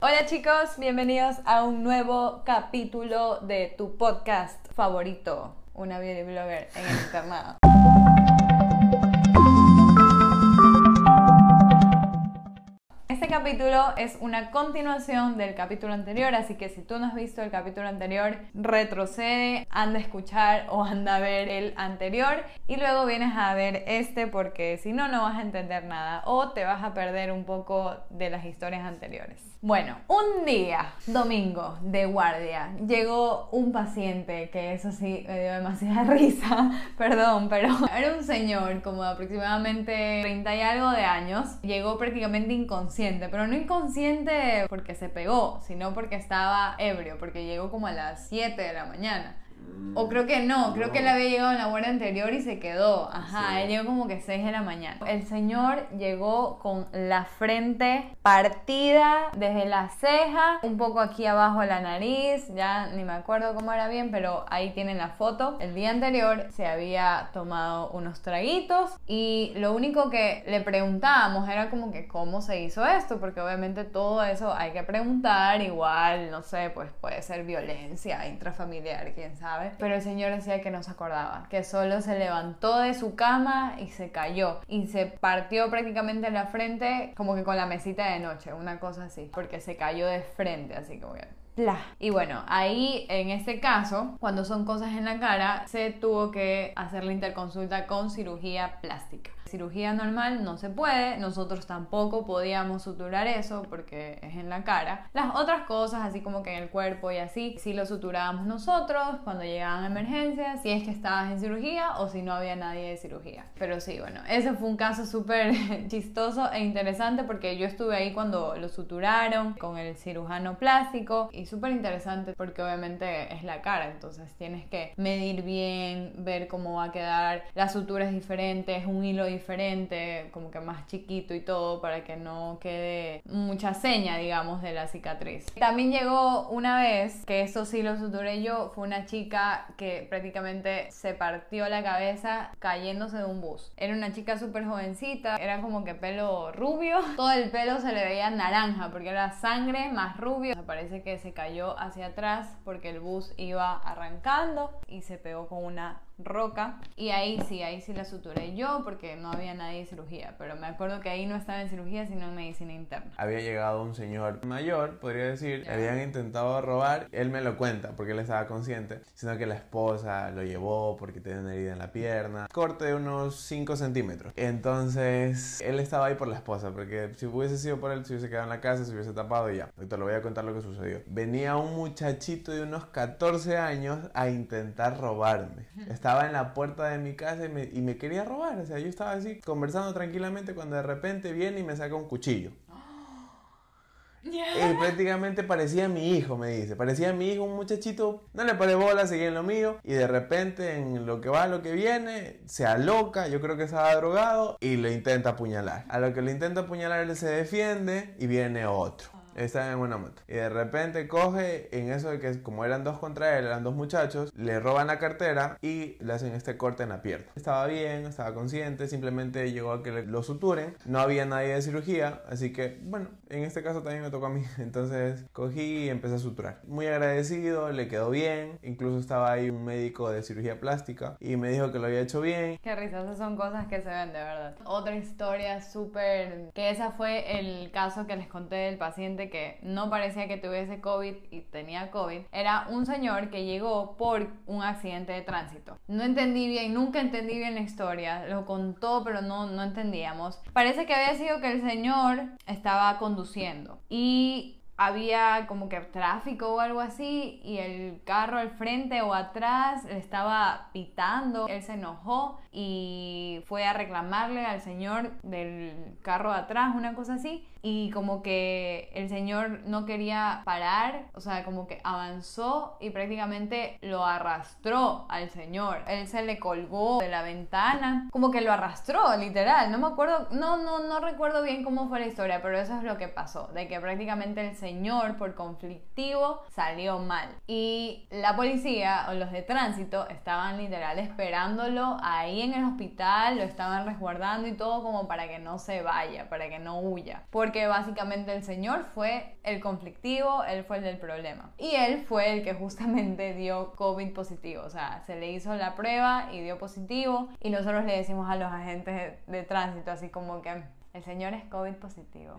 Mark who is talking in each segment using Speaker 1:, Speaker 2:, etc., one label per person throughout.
Speaker 1: Hola chicos, bienvenidos a un nuevo capítulo de tu podcast favorito, una beauty blogger en el internado. Este capítulo es una continuación del capítulo anterior, así que si tú no has visto el capítulo anterior, retrocede, anda a escuchar o anda a ver el anterior y luego vienes a ver este, porque si no, no vas a entender nada o te vas a perder un poco de las historias anteriores. Bueno, un día, domingo, de guardia, llegó un paciente que eso sí me dio demasiada risa, perdón, pero era un señor como de aproximadamente 30 y algo de años. Llegó prácticamente inconsciente, pero no inconsciente porque se pegó, sino porque estaba ebrio, porque llegó como a las 7 de la mañana. O creo que no, creo que él había llegado en la guardia anterior y se quedó. Ajá, sí. Él llegó como que 6 de la mañana. El señor llegó con la frente partida desde la ceja, un poco aquí abajo de la nariz, ya ni me acuerdo cómo era bien, pero ahí tienen la foto. El día anterior se había tomado unos traguitos y lo único que le preguntábamos era como que cómo se hizo esto, porque obviamente todo eso hay que preguntar, igual, no sé, pues puede ser violencia intrafamiliar, quién sabe. Pero el señor decía que no se acordaba, que solo se levantó de su cama y se cayó y se partió prácticamente la frente como que con la mesita de noche, una cosa así, porque se cayó de frente, así como que ¡plah! Y bueno, ahí en este caso, cuando son cosas en la cara, se tuvo que hacer la interconsulta con cirugía plástica. Cirugía normal no se puede, nosotros tampoco podíamos suturar eso porque es en la cara. Las otras cosas, así como que en el cuerpo y así, sí lo suturábamos nosotros cuando llegaban emergencias, si es que estabas en cirugía o si no había nadie de cirugía. Pero sí, bueno, ese fue un caso súper chistoso e interesante porque yo estuve ahí cuando lo suturaron con el cirujano plástico y súper interesante porque obviamente es la cara, entonces tienes que medir bien, ver cómo va a quedar, la sutura es diferente, es un hilo diferente, como que más chiquito y todo para que no quede mucha seña, digamos, de la cicatriz. También llegó una vez, que eso sí lo suturé yo, fue una chica que prácticamente se partió la cabeza cayéndose de un bus. Era una chica súper jovencita, era como que pelo rubio, todo el pelo se le veía naranja porque era sangre más rubio. Parece que se cayó hacia atrás porque el bus iba arrancando y se pegó con una roca y ahí sí la suturé yo porque no había nadie de cirugía, pero me acuerdo que ahí no estaba en cirugía sino en medicina interna.
Speaker 2: Había llegado un señor mayor, podría decir, le habían intentado robar, él me lo cuenta porque él estaba consciente, sino que la esposa lo llevó porque tenía una herida en la pierna, corte de unos 5 centímetros, entonces él estaba ahí por la esposa porque si hubiese sido por él se hubiese quedado en la casa, se hubiese tapado y ya. Ahorita le voy a contar lo que sucedió. Venía un muchachito de unos 14 años a intentar robarme. Estaba en la puerta de mi casa y me quería robar. O sea, yo estaba así conversando tranquilamente cuando de repente viene y me saca un cuchillo. Y prácticamente parecía mi hijo, me dice. Parecía mi hijo, un muchachito. No le paré bola, seguía en lo mío. Y de repente, en lo que va, lo que viene, se aloca. Yo creo que estaba drogado y le intenta apuñalar. A lo que le intenta apuñalar, él se defiende y viene otro. Estaba en una moto y de repente coge, en eso de que como eran dos contra él, eran dos muchachos, le roban la cartera y le hacen este corte en la pierna. Estaba bien, estaba consciente, simplemente llegó a que lo suturen, no había nadie de cirugía, así que bueno, en este caso también me tocó a mí, entonces cogí y empecé a suturar. Muy agradecido, le quedó bien, incluso estaba ahí un médico de cirugía plástica y me dijo que lo había hecho bien.
Speaker 1: Qué risas, son cosas que se ven de verdad. Otra historia súper, que esa fue el caso que les conté del paciente que no parecía que tuviese COVID y tenía COVID, era un señor que llegó por un accidente de tránsito. No entendí bien, nunca entendí bien la historia, lo contó pero no entendíamos. Parece que había sido que el señor estaba conduciendo y había como que tráfico o algo así y el carro al frente o atrás le estaba pitando. Él se enojó y fue a reclamarle al señor del carro de atrás, una cosa así, y como que el señor no quería parar, o sea, como que avanzó y prácticamente lo arrastró al señor. Él se le colgó de la ventana, como que lo arrastró, literal. No me acuerdo, no recuerdo bien cómo fue la historia, pero eso es lo que pasó, de que prácticamente el señor por conflictivo salió mal y la policía o los de tránsito estaban literal esperándolo ahí en el hospital, lo estaban resguardando y todo como para que no se vaya, para que no huya, porque porque básicamente el señor fue el conflictivo, él fue el del problema. Y él fue el que justamente dio COVID positivo, o sea, se le hizo la prueba y dio positivo, y nosotros le decimos a los agentes de tránsito así como que el señor es COVID positivo.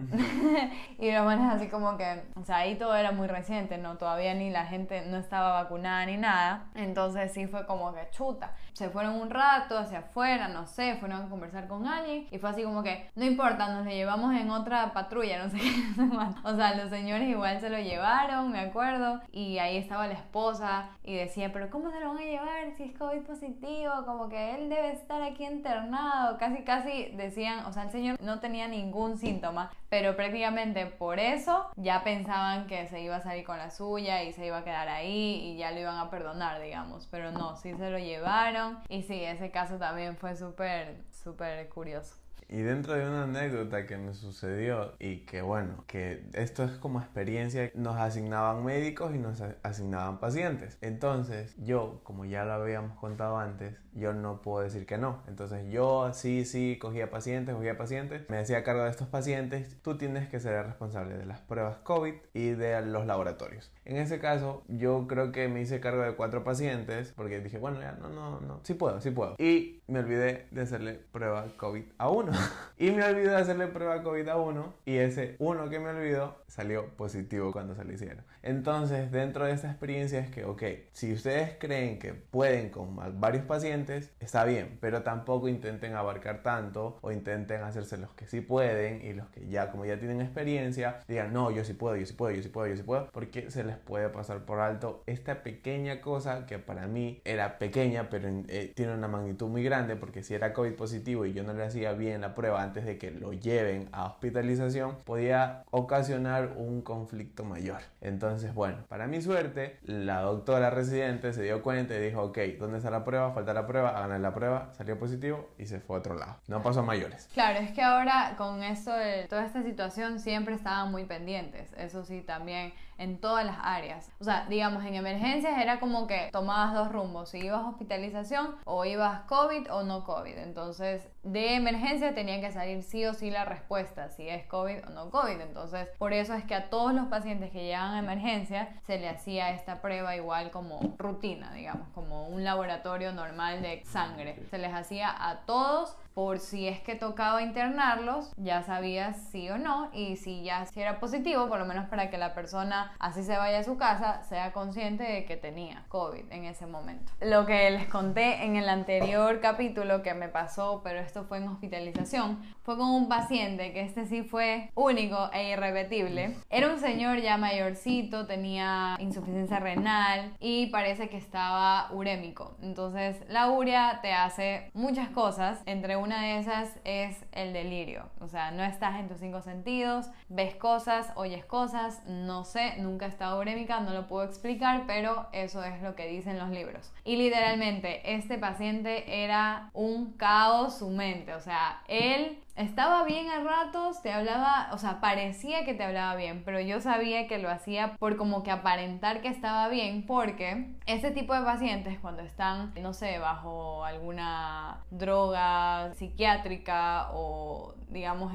Speaker 1: Y lo bueno es así como que, o sea, ahí todo era muy reciente, ¿no? Todavía ni la gente no estaba vacunada ni nada. Entonces sí fue como que chuta. Se fueron un rato hacia afuera, no sé, fueron a conversar con alguien. Y fue así como que, no importa, nos lo llevamos en otra patrulla, no sé qué, no sé más. O sea, los señores igual se lo llevaron, me acuerdo. Y ahí estaba la esposa y decía, pero ¿cómo se lo van a llevar si es COVID positivo? Como que él debe estar aquí internado. Casi decían, o sea, el señor no tenía ningún síntoma, pero prácticamente por eso ya pensaban que se iba a salir con la suya y se iba a quedar ahí y ya lo iban a perdonar, digamos, pero no, sí se lo llevaron y sí, ese caso también fue súper curioso.
Speaker 2: Y dentro de una anécdota que me sucedió y que bueno, que esto es como experiencia, nos asignaban médicos y nos asignaban pacientes. Entonces yo, como ya lo habíamos contado antes, yo no puedo decir que no. Entonces yo sí, cogía pacientes, me hacía cargo de estos pacientes. Tú tienes que ser el responsable de las pruebas COVID y de los laboratorios. En ese caso, yo creo que me hice cargo de 4 pacientes porque dije, bueno, ya no, sí puedo. Y me olvidé de hacerle prueba COVID a uno. Y me olvidé de hacerle prueba COVID a uno y ese uno que me olvidó salió positivo cuando se le hicieron. Entonces, dentro de esta experiencia es que, ok, si ustedes creen que pueden con varios pacientes, está bien, pero tampoco intenten abarcar tanto o intenten hacerse los que sí pueden y los que ya, como ya tienen experiencia, digan, no, yo sí puedo, porque se les puede pasar por alto esta pequeña cosa que para mí era pequeña, pero tiene una magnitud muy grande, porque si era COVID positivo y yo no le hacía bien la prueba antes de que lo lleven a hospitalización, podía ocasionar un conflicto mayor. Entonces, bueno, para mi suerte, la doctora residente se dio cuenta y dijo, ok, ¿dónde está la prueba? Falta la prueba, hagan la prueba, salió positivo y se fue a otro lado. No pasó a mayores.
Speaker 1: Claro, es que ahora con esto de toda esta situación siempre estaban muy pendientes, eso sí, también en todas las áreas. O sea, digamos, en emergencias era como que tomabas 2 rumbos, si ibas a hospitalización o ibas COVID o no COVID. Entonces, de emergencia tenía que salir sí o sí la respuesta, si es COVID o no COVID. Entonces, por eso es que a todos los pacientes que llegaban a emergencia se le hacía esta prueba igual como rutina, digamos, como un laboratorio normal de sangre. Se les hacía a todos por si es que tocaba internarlos, ya sabías sí o no, y si era positivo, por lo menos para que la persona así se vaya a su casa, sea consciente de que tenía COVID en ese momento. Lo que les conté en el anterior capítulo que me pasó, pero esto fue en hospitalización, fue con un paciente que este sí fue único e irrepetible. Era un señor ya mayorcito, tenía insuficiencia renal y parece que estaba urémico. Entonces la urea te hace muchas cosas, entre una de esas es el delirio, o sea, no estás en tus 5 sentidos, ves cosas, oyes cosas, no sé, nunca he estado urémica, no lo puedo explicar, pero eso es lo que dicen los libros. Y literalmente, este paciente era un caos su mente, o sea, él estaba bien a ratos, te hablaba, o sea, parecía que te hablaba bien, pero yo sabía que lo hacía por como que aparentar que estaba bien, porque este tipo de pacientes cuando están, no sé, bajo alguna droga psiquiátrica o digamos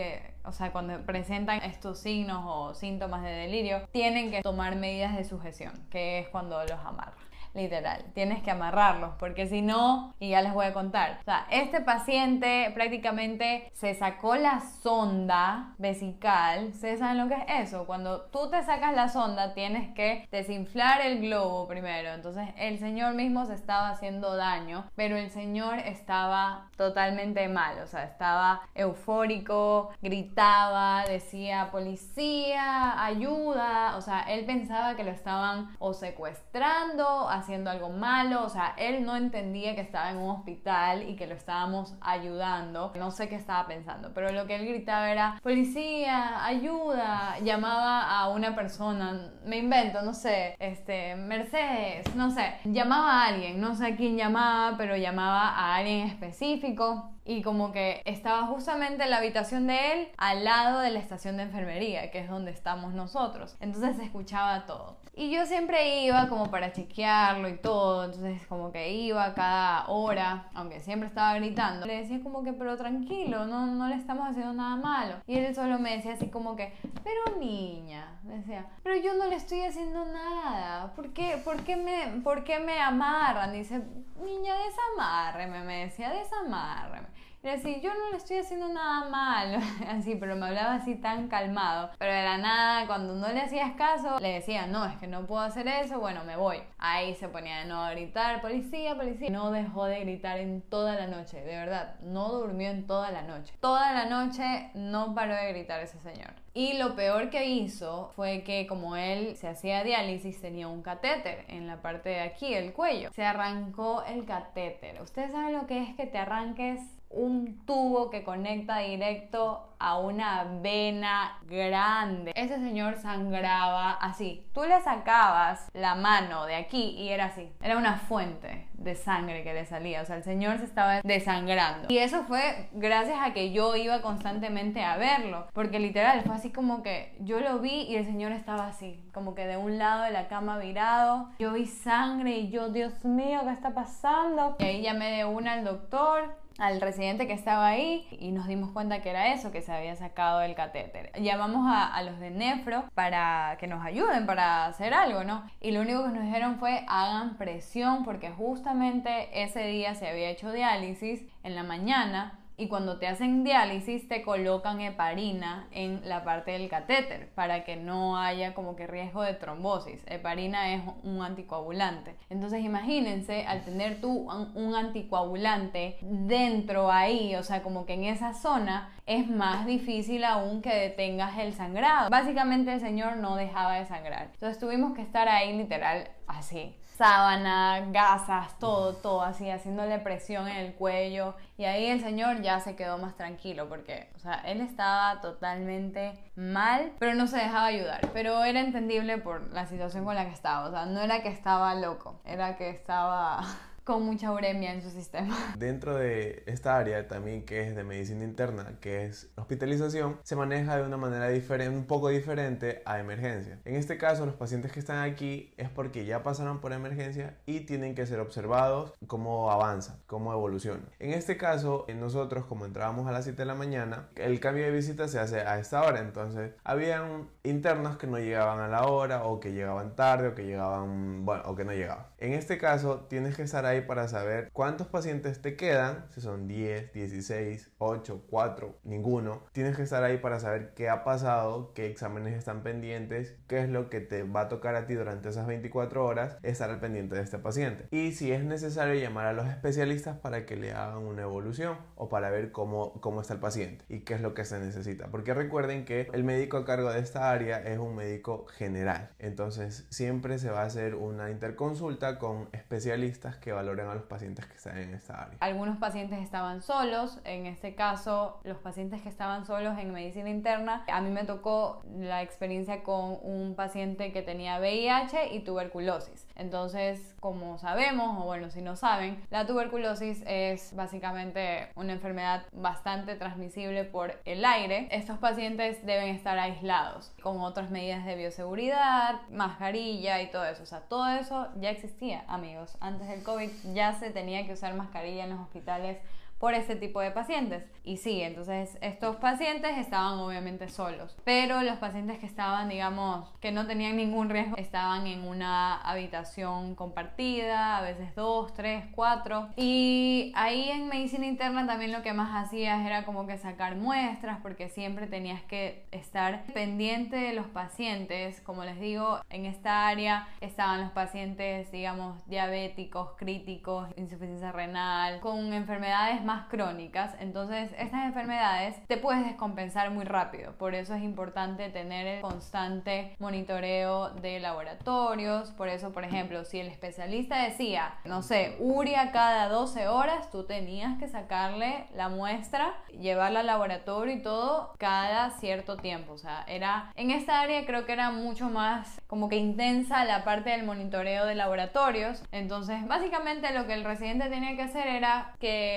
Speaker 1: o sea, cuando presentan estos signos o síntomas de delirio, tienen que tomar medidas de sujeción, que es cuando los amarran. Literal, tienes que amarrarlos porque si no, y ya les voy a contar, o sea, este paciente prácticamente se sacó la sonda vesical. ¿Ustedes saben lo que es eso? Cuando tú te sacas la sonda tienes que desinflar el globo primero. Entonces el señor mismo se estaba haciendo daño, pero el señor estaba totalmente mal, o sea, estaba eufórico, gritaba, decía policía, ayuda, o sea, él pensaba que lo estaban o secuestrando, haciendo algo malo, o sea, él no entendía que estaba en un hospital y que lo estábamos ayudando, no sé qué estaba pensando, pero lo que él gritaba era policía, ayuda, llamaba a una persona, me invento, no sé, Mercedes, no sé, llamaba a alguien, no sé a quién llamaba, pero llamaba a alguien específico. y como que estaba justamente en la habitación de él al lado de la estación de enfermería, que es donde estamos nosotros. Entonces se escuchaba todo. Y yo siempre iba como para chequearlo y todo, entonces como que iba cada hora, aunque siempre estaba gritando. Le decía como que, pero tranquilo, no le estamos haciendo nada malo. Y él solo me decía así como que, pero niña, decía, pero yo no le estoy haciendo nada. ¿Por qué me amarran? Dice, niña, desamárreme, me decía, desamárreme. Y le decía, yo no le estoy haciendo nada malo, así, pero me hablaba así tan calmado. Pero de la nada, cuando no le hacías caso, le decía, no, es que no puedo hacer eso, bueno, me voy. Ahí se ponía de nuevo a gritar, policía, policía. No dejó de gritar en toda la noche, de verdad, no durmió en toda la noche. Toda la noche no paró de gritar ese señor. Y lo peor que hizo fue que como él se hacía diálisis, tenía un catéter en la parte de aquí, el cuello. Se arrancó el catéter. ¿Ustedes saben lo que es que te arranques un tubo que conecta directo a una vena grande? Ese señor sangraba así. Tú le sacabas la mano de aquí y era así. Era una fuente de sangre que le salía. O sea, el señor se estaba desangrando. Y eso fue gracias a que yo iba constantemente a verlo. Porque literal fue así como que yo lo vi y el señor estaba así. Como que de un lado de la cama virado. Yo vi sangre y yo, Dios mío, ¿qué está pasando? Y ahí llamé de una al doctor, al residente que estaba ahí, y nos dimos cuenta que era eso, que se había sacado el catéter. Llamamos a los de nefro para que nos ayuden, para hacer algo, ¿no? Y lo único que nos dijeron fue hagan presión, porque justamente ese día se había hecho diálisis en la mañana. Y cuando te hacen diálisis te colocan heparina en la parte del catéter para que no haya como que riesgo de trombosis. Heparina es un anticoagulante. Entonces imagínense al tener tú un anticoagulante dentro ahí, o sea, como que en esa zona, es más difícil aún que detengas el sangrado. Básicamente el señor no dejaba de sangrar. Entonces tuvimos que estar ahí literal así. Sábana, gasas, todo así, haciéndole presión en el cuello. Y ahí el señor ya se quedó más tranquilo porque, o sea, él estaba totalmente mal, pero no se dejaba ayudar. Pero era entendible por la situación con la que estaba. O sea, no era que estaba loco, era que estaba con mucha uremia en su sistema.
Speaker 2: Dentro de esta área también, que es de medicina interna, que es hospitalización, se maneja de una manera diferente, un poco diferente a emergencia. En este caso, los pacientes que están aquí es porque ya pasaron por emergencia y tienen que ser observados cómo avanza, cómo evoluciona. En este caso, nosotros, como entrábamos a las 7 de la mañana, el cambio de visita se hace a esta hora. Entonces, habían internos que no llegaban a la hora, o que llegaban tarde, o que llegaban, bueno, o que no llegaban. En este caso, tienes que estar ahí para saber cuántos pacientes te quedan, si son 10, 16, 8, 4, ninguno. Tienes que estar ahí para saber qué ha pasado, qué exámenes están pendientes, qué es lo que te va a tocar a ti durante esas 24 horas, estar al pendiente de este paciente. Y si es necesario, llamar a los especialistas para que le hagan una evolución o para ver cómo está el paciente y qué es lo que se necesita. Porque recuerden que el médico a cargo de esta área es un médico general. Entonces siempre se va a hacer una interconsulta con especialistas que valoren a los pacientes que están en esta área.
Speaker 1: Algunos pacientes estaban solos, en este caso los pacientes que estaban solos en medicina interna, a mí me tocó la experiencia con un paciente que tenía VIH y tuberculosis. Entonces, como sabemos, o bueno, si no saben, la tuberculosis es básicamente una enfermedad bastante transmisible por el aire. Estos pacientes deben estar aislados con otras medidas de bioseguridad, mascarilla y todo eso. O sea, todo eso ya existía, amigos. Antes del COVID ya se tenía que usar mascarilla en los hospitales por este tipo de pacientes. Y sí, entonces estos pacientes estaban obviamente solos, pero los pacientes que estaban, digamos, que no tenían ningún riesgo, estaban en una habitación compartida, a veces 2, 3, 4. Y ahí en medicina interna también lo que más hacías era como que sacar muestras, porque siempre tenías que estar pendiente de los pacientes. Como les digo, en esta área estaban los pacientes, digamos, diabéticos, críticos, insuficiencia renal, con enfermedades más crónicas. Entonces estas enfermedades te puedes descompensar muy rápido, por eso es importante tener el constante monitoreo de laboratorios. Por eso, por ejemplo, si el especialista decía, no sé, urea cada 12 horas, tú tenías que sacarle la muestra, llevarla al laboratorio y todo cada cierto tiempo. O sea, era, en esta área creo que era mucho más como que intensa la parte del monitoreo de laboratorios. Entonces básicamente lo que el residente tenía que hacer era que sus pacientes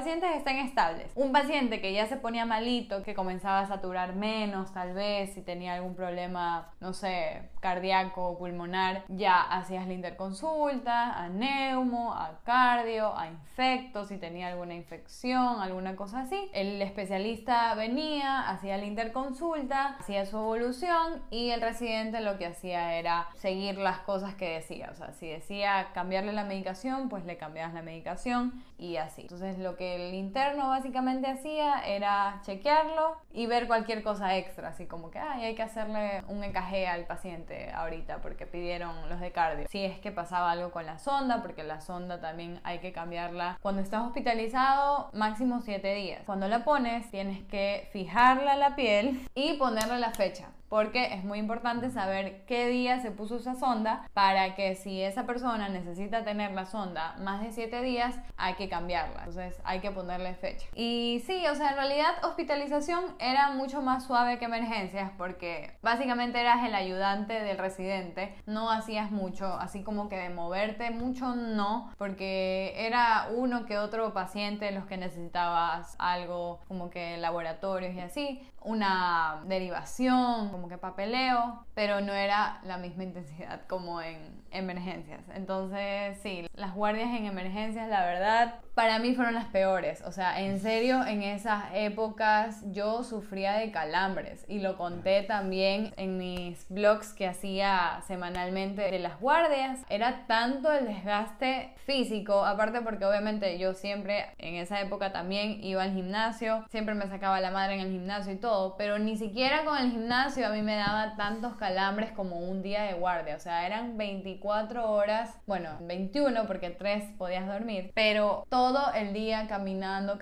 Speaker 1: pacientes estén estables. Un paciente que ya se ponía malito, que comenzaba a saturar menos tal vez, si tenía algún problema, no sé, cardíaco o pulmonar, ya hacías la interconsulta a neumo, a cardio, a infecto, si tenía alguna infección, alguna cosa así. El especialista venía, hacía la interconsulta, hacía su evolución y el residente lo que hacía era seguir las cosas que decía. O sea, si decía cambiarle la medicación, pues le cambiabas la medicación y así. Entonces lo que el interno básicamente hacía era chequearlo y ver cualquier cosa extra, así como que hay que hacerle un EKG al paciente ahorita porque pidieron los de cardio. Si es que pasaba algo con la sonda, porque la sonda también hay que cambiarla cuando estás hospitalizado, máximo 7 días. Cuando la pones tienes que fijarla a la piel y ponerle la fecha, porque es muy importante saber qué día se puso esa sonda para que si esa persona necesita tener la sonda más de 7 días, hay que cambiarla. Entonces hay que ponerle fecha. Y sí, o sea, en realidad hospitalización era mucho más suave que emergencias porque básicamente eras el ayudante del residente, no hacías mucho, así como que de moverte mucho no, porque era uno que otro paciente los que necesitabas algo como que laboratorios y así, una derivación, como que papeleo, pero no era la misma intensidad como en emergencias. Entonces sí, las guardias en emergencias la verdad para mí fueron las peores. O sea, en serio, en esas épocas yo sufría de calambres y lo conté también en mis blogs que hacía semanalmente de las guardias. Era tanto el desgaste físico, aparte porque obviamente yo siempre en esa época también iba al gimnasio, siempre me sacaba la madre en el gimnasio y todo, pero ni siquiera con el gimnasio a mí me daba tantos calambres como un día de guardia. O sea, eran 24 horas, bueno, 21 porque 3 podías dormir, pero todo el día caminando,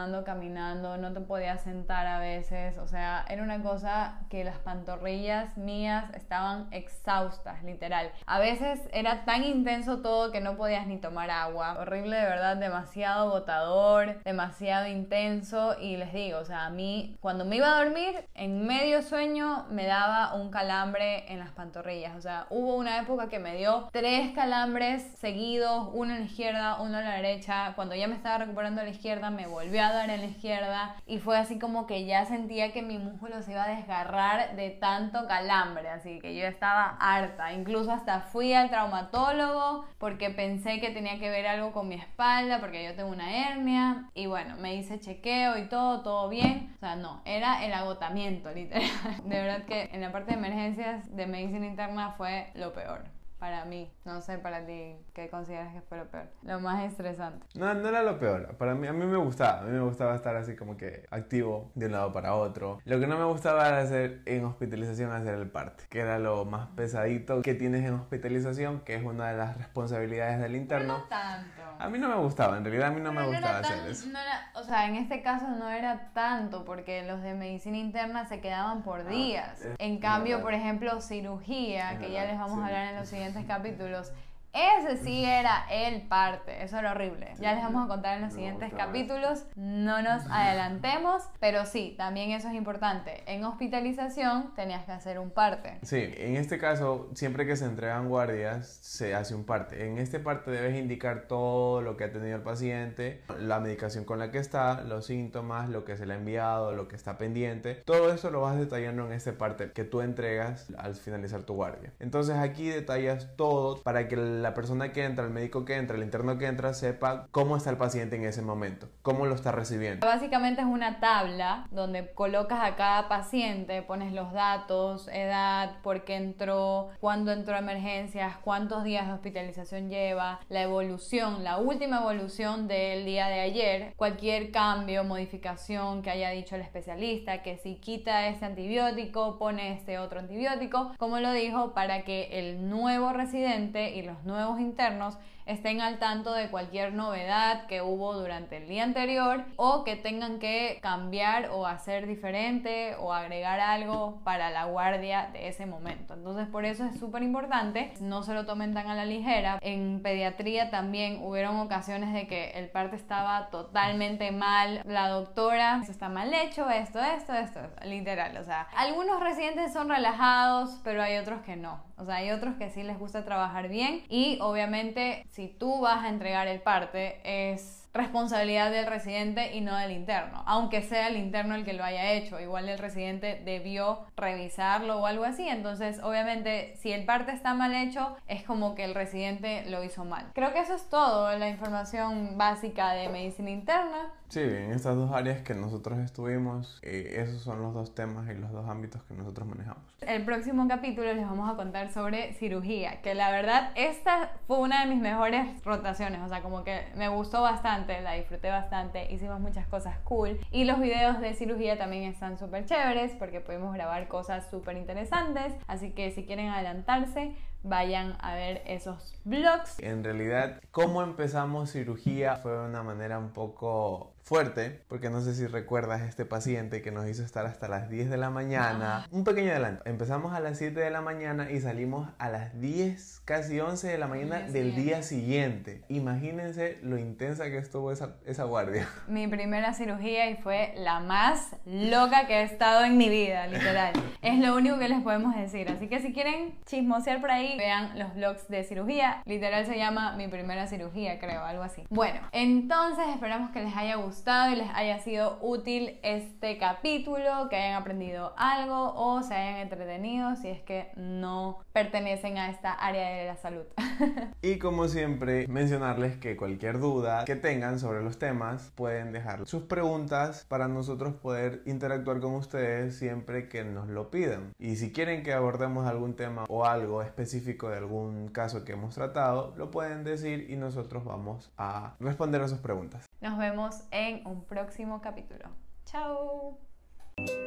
Speaker 1: no te podías sentar a veces. O sea, era una cosa que las pantorrillas mías estaban exhaustas, literal. A veces era tan intenso todo que no podías ni tomar agua. Horrible, de verdad, demasiado agotador, demasiado intenso. Y les digo, o sea, a mí cuando me iba a dormir, en medio sueño me daba un calambre en las pantorrillas. O sea, hubo una época que me dio 3 calambres seguidos, uno en la izquierda, uno en la derecha. Cuando ya me estaba recuperando a la izquierda, me volvió a dar en la izquierda y fue así como que ya sentía que mi músculo se iba a desgarrar de tanto calambre, así que yo estaba harta. Incluso hasta fui al traumatólogo porque pensé que tenía que ver algo con mi espalda porque yo tengo una hernia y bueno, me hice chequeo y todo bien. O sea, no, era el agotamiento literal. De verdad que en la parte de emergencias de medicina interna fue lo peor. Para mí, no sé para ti, ¿qué consideras que fue lo peor? Lo más estresante.
Speaker 2: No, no era lo peor. Para mí, a mí me gustaba estar así como que activo de un lado para otro. Lo que no me gustaba era hacer en hospitalización, hacer el parte, que era lo más pesadito que tienes en hospitalización, que es una de las responsabilidades del interno.
Speaker 1: No tanto.
Speaker 2: A mí no me gustaba, en realidad a mí no me gustaba hacer eso.
Speaker 1: O sea, en este caso no era tanto, porque los de medicina interna se quedaban por días. En cambio, por ejemplo, cirugía, que ya les vamos a hablar en los siguientes capítulos, ese sí era el parte, eso era horrible. Ya les vamos a contar en los siguientes capítulos, no nos adelantemos, pero sí, también eso es importante. En hospitalización tenías que hacer un parte.
Speaker 2: Sí, en este caso, siempre que se entregan guardias, se hace un parte. En este parte debes indicar todo lo que ha tenido el paciente, la medicación con la que está, los síntomas, lo que se le ha enviado, lo que está pendiente. Todo eso lo vas detallando en este parte que tú entregas al finalizar tu guardia. Entonces aquí detallas todo para que la persona que entra, el médico que entra, el interno que entra, sepa cómo está el paciente en ese momento, cómo lo está recibiendo.
Speaker 1: Básicamente es una tabla donde colocas a cada paciente, pones los datos, edad, por qué entró, cuándo entró a emergencias, cuántos días de hospitalización lleva, la evolución, la última evolución del día de ayer, cualquier cambio, modificación que haya dicho el especialista, que si quita este antibiótico, pone este otro antibiótico, como lo dijo, para que el nuevo residente y los nuevos internos estén al tanto de cualquier novedad que hubo durante el día anterior o que tengan que cambiar o hacer diferente o agregar algo para la guardia de ese momento. Entonces por eso es súper importante, no se lo tomen tan a la ligera. En pediatría también hubieron ocasiones de que el parte estaba totalmente mal, la doctora, eso está mal hecho, esto, literal. O sea, algunos residentes son relajados, pero hay otros que no. O sea, hay otros que sí les gusta trabajar bien y obviamente si tú vas a entregar el parte es responsabilidad del residente y no del interno, aunque sea el interno el que lo haya hecho. Igual el residente debió revisarlo o algo así. Entonces obviamente si el parte está mal hecho, es como que el residente lo hizo mal. Creo que eso es todo, la información básica de medicina interna.
Speaker 2: Sí, en estas dos áreas que nosotros estuvimos, esos son los dos temas y los dos ámbitos que nosotros manejamos.
Speaker 1: El próximo capítulo les vamos a contar sobre cirugía, que la verdad esta fue una de mis mejores rotaciones, o sea, como que me gustó bastante, la disfruté bastante, hicimos muchas cosas cool y los videos de cirugía también están súper chéveres porque pudimos grabar cosas súper interesantes, así que si quieren adelantarse, vayan a ver esos vlogs.
Speaker 2: En realidad, cómo empezamos cirugía fue de una manera un poco fuerte, porque no sé si recuerdas este paciente que nos hizo estar hasta las 10 de la mañana. Un pequeño adelanto. Empezamos a las 7 de la mañana y salimos a las 10, casi 11 de la mañana del día siguiente. Imagínense lo intensa que estuvo esa guardia.
Speaker 1: Mi primera cirugía y fue la más loca que he estado en mi vida, literal. Es lo único que les podemos decir. Así que si quieren chismosear por ahí, vean los vlogs de cirugía. Literal se llama Mi primera cirugía, creo, algo así. Bueno, entonces esperamos que les haya gustado y les haya sido útil este capítulo, que hayan aprendido algo o se hayan entretenido si es que no pertenecen a esta área de la salud.
Speaker 2: Y como siempre, mencionarles que cualquier duda que tengan sobre los temas pueden dejar sus preguntas para nosotros poder interactuar con ustedes siempre que nos lo pidan. Y si quieren que abordemos algún tema o algo específico de algún caso que hemos tratado, lo pueden decir y nosotros vamos a responder a sus preguntas.
Speaker 1: Nos vemos en un próximo capítulo. ¡Chao!